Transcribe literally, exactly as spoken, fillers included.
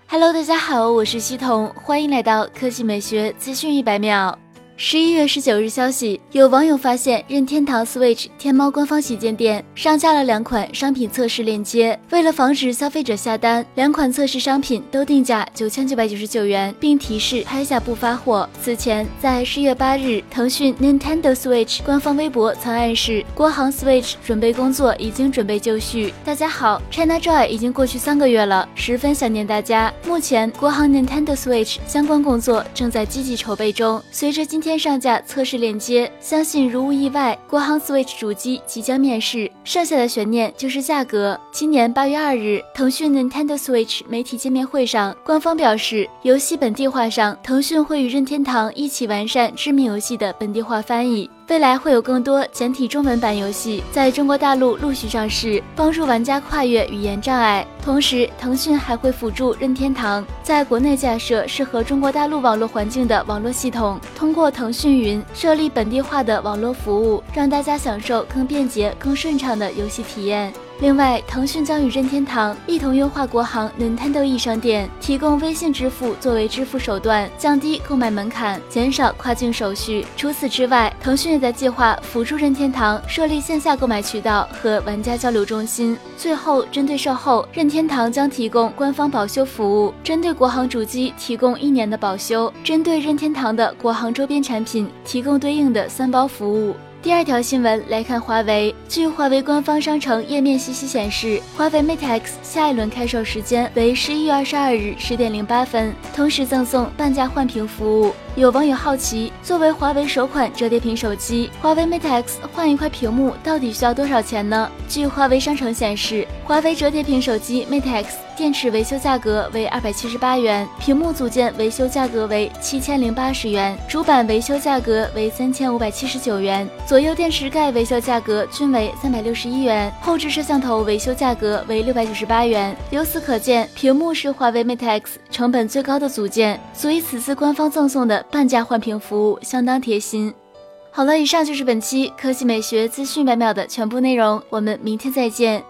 Hello， 大家好，我是西彤，欢迎来到科技美学资讯一百秒。十一月十九日消息，有网友发现任天堂 Switch 天猫官方旗舰店上架了两款商品测试链接。为了防止消费者下单，两款测试商品都定价九千九百九十九元，并提示拍下不发货。此前，在十月八日，腾讯 Nintendo Switch 官方微博曾暗示国行 Switch 准备工作已经准备就绪。大家好 ，ChinaJoy 已经过去三个月了，十分想念大家。目前，国行 Nintendo Switch 相关工作正在积极筹备中。随着今天上架测试链接，相信如无意外，国行 Switch 主机即将面世，剩下的悬念就是价格。今年八月二日，腾讯 Nintendo Switch 媒体见面会上，官方表示，游戏本地化上，腾讯会与任天堂一起完善知名游戏的本地化翻译。未来会有更多简体中文版游戏在中国大陆陆续上市，帮助玩家跨越语言障碍。同时，腾讯还会辅助任天堂在国内架设适合中国大陆网络环境的网络系统，通过腾讯云设立本地化的网络服务，让大家享受更便捷、更顺畅的游戏体验。另外，腾讯将与任天堂一同优化国行 Nintendo E 商店，提供微信支付作为支付手段，降低购买门槛，减少跨境手续。除此之外，腾讯也在计划辅助任天堂设立线下购买渠道和玩家交流中心。最后，针对售后，任天堂将提供官方保修服务，针对国行主机提供一年的保修，针对任天堂的国行周边产品提供对应的三包服务。第二条新闻来看华为。据华为官方商城页面信息显示，华为 Mate X 下一轮开售时间为十一月二十二日十点零八分，同时赠送半价换屏服务。有网友好奇，作为华为首款折叠屏手机，华为 Mate X 换一块屏幕到底需要多少钱呢？据华为商城显示，华为折叠屏手机 Mate X 电池维修价格为二百七十八元，屏幕组件维修价格为七千零八十元，主板维修价格为三千五百七十九元，左右电池盖维修价格均为三百六十一元，后置摄像头维修价格为六百九十八元。由此可见，屏幕是华为 Mate X 成本最高的组件，所以此次官方赠送的半价换屏服务相当贴心。好了，以上就是本期科技美学资讯百秒的全部内容，我们明天再见。